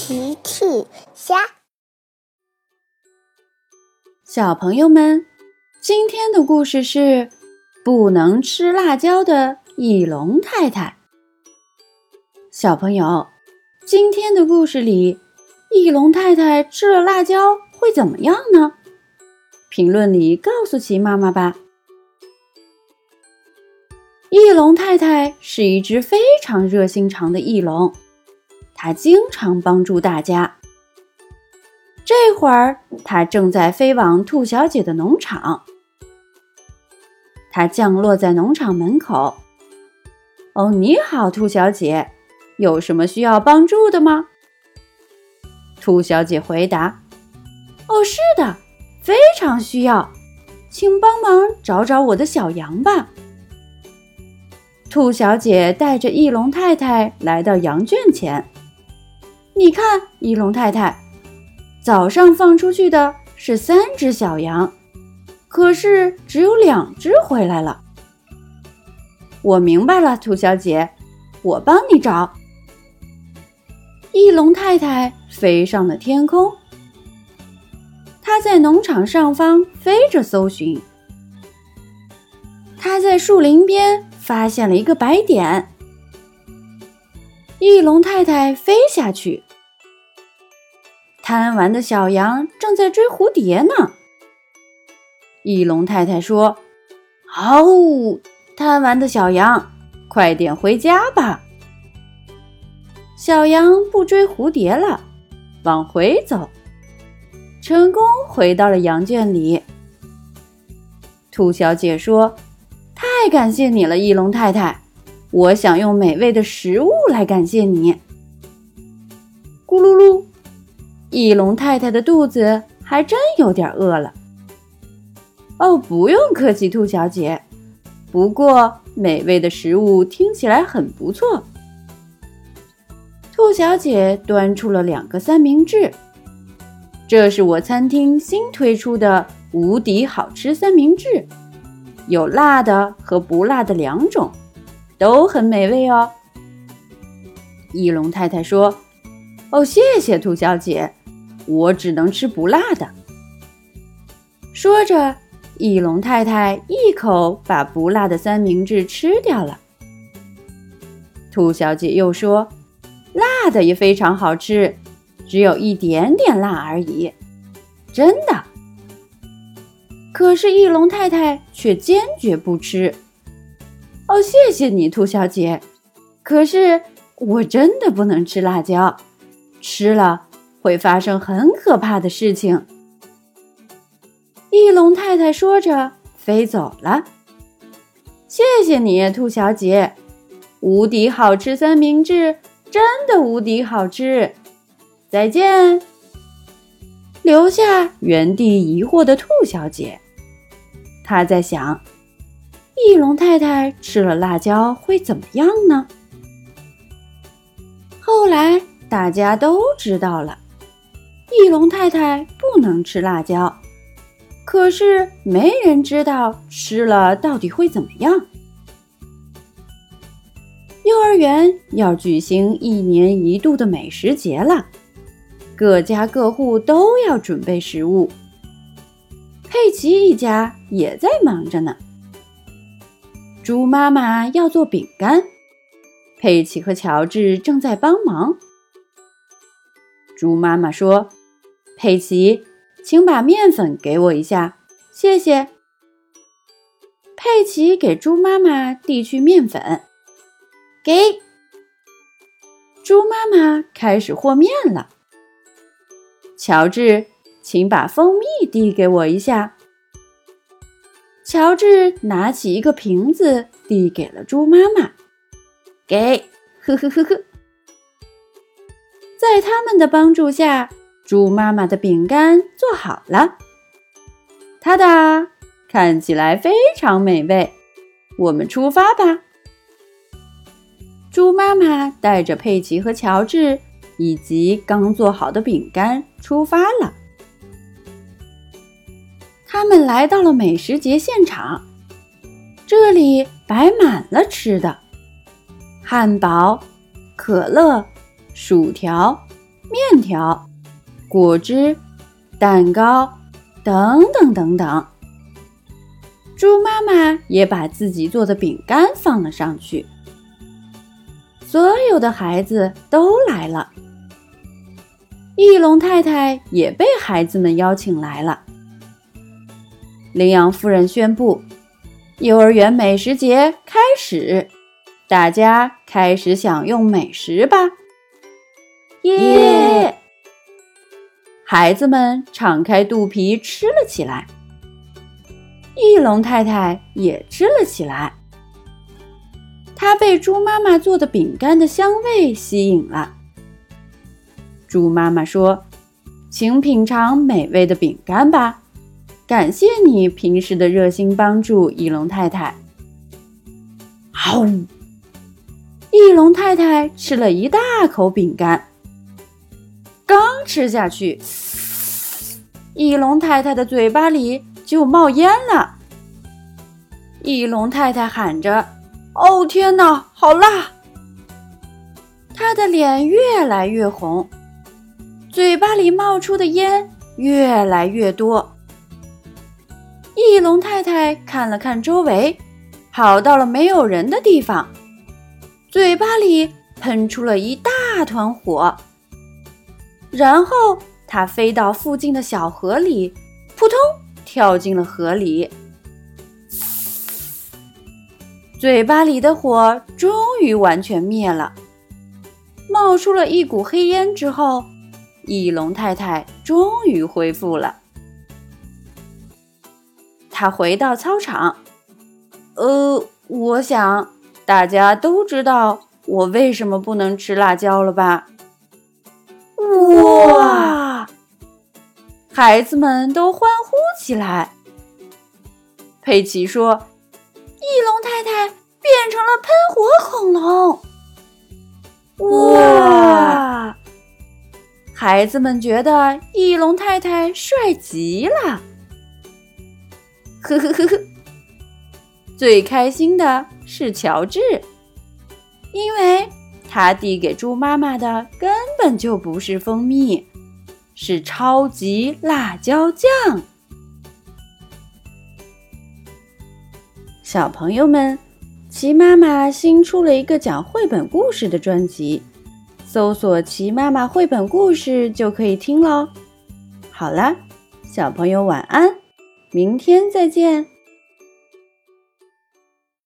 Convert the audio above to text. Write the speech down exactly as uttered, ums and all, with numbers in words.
奇趣虾。 小朋友们，今天的故事是不能吃辣椒的翼龙太太。小朋友，今天的故事里，翼龙太太吃了辣椒会怎么样呢？评论里告诉奇妈妈吧。翼龙太太是一只非常热心肠的翼龙，它经常帮助大家。这会儿，它正在飞往兔小姐的农场。它降落在农场门口。哦，你好，兔小姐，有什么需要帮助的吗？兔小姐回答：哦，是的，非常需要，请帮忙找找我的小羊吧。兔小姐带着翼龙太太来到羊圈前。你看，翼龙太太，早上放出去的是三只小羊，可是只有两只回来了。我明白了，兔小姐，我帮你找。翼龙太太飞上了天空，她在农场上方飞着搜寻。她在树林边发现了一个白点。翼龙太太飞下去，贪玩的小羊正在追蝴蝶呢。翼龙太太说：嗷呜，贪玩的小羊，快点回家吧。小羊不追蝴蝶了，往回走，成功回到了羊圈里。兔小姐说：太感谢你了，翼龙太太，我想用美味的食物来感谢你。咕噜噜，翼龙太太的肚子还真有点饿了。哦，不用客气，兔小姐，不过美味的食物听起来很不错。兔小姐端出了两个三明治，这是我餐厅新推出的无敌好吃三明治，有辣的和不辣的两种，都很美味哦。翼龙太太说：哦，谢谢兔小姐，我只能吃不辣的。说着，翼龙太太一口把不辣的三明治吃掉了。兔小姐又说：辣的也非常好吃，只有一点点辣而已，真的。可是翼龙太太却坚决不吃。哦，谢谢你，兔小姐，可是我真的不能吃辣椒，吃了会发生很可怕的事情。翼龙太太说着飞走了。谢谢你，兔小姐，无敌好吃三明治真的无敌好吃，再见。留下原地疑惑的兔小姐，她在想，翼龙太太吃了辣椒会怎么样呢？后来大家都知道了，翼龙太太不能吃辣椒，可是没人知道吃了到底会怎么样。幼儿园要举行一年一度的美食节了，各家各户都要准备食物。佩奇一家也在忙着呢。猪妈妈要做饼干，佩奇和乔治正在帮忙。猪妈妈说：佩奇，请把面粉给我一下，谢谢。佩奇给猪妈妈递去面粉，给。猪妈妈开始和面了。乔治，请把蜂蜜递给我一下。乔治拿起一个瓶子递给了猪妈妈，给，呵呵呵呵。在他们的帮助下，猪妈妈的饼干做好了。哒哒，看起来非常美味，我们出发吧。猪妈妈带着佩奇和乔治以及刚做好的饼干出发了。他们来到了美食节现场，这里摆满了吃的，汉堡、可乐、薯条、 面条、果汁、蛋糕等等等等。猪妈妈也把自己做的饼干放了上去。所有的孩子都来了，翼龙太太也被孩子们邀请来了。羚羊夫人宣布，幼儿园美食节开始，大家开始享用美食吧！耶！孩子们敞开肚皮吃了起来，翼龙太太也吃了起来。她被猪妈妈做的饼干的香味吸引了。猪妈妈说：“请品尝美味的饼干吧，感谢你平时的热心帮助，翼龙太太。”嗷呜！翼龙太太吃了一大口饼干，刚吃下去，翼龙太太的嘴巴里就冒烟了。翼龙太太喊着：“哦，天哪，好辣！”她的脸越来越红，嘴巴里冒出的烟越来越多。翼龙太太看了看周围，跑到了没有人的地方，嘴巴里喷出了一大团火。然后她飞到附近的小河里，扑通跳进了河里。嘴巴里的火终于完全灭了，冒出了一股黑烟之后，翼龙太太终于恢复了。她回到操场，呃，我想大家都知道我为什么不能吃辣椒了吧？哇！孩子们都欢呼起来。佩奇说：“翼龙太太变成了喷火恐龙！”哇！孩子们觉得翼龙太太帅极了。呵呵呵呵，最开心的是乔治，因为他递给猪妈妈的根本就不是蜂蜜，是超级辣椒酱。小朋友们，奇妈妈新出了一个讲绘本故事的专辑，搜索奇妈妈绘本故事就可以听咯。好了，小朋友晚安，明天再见。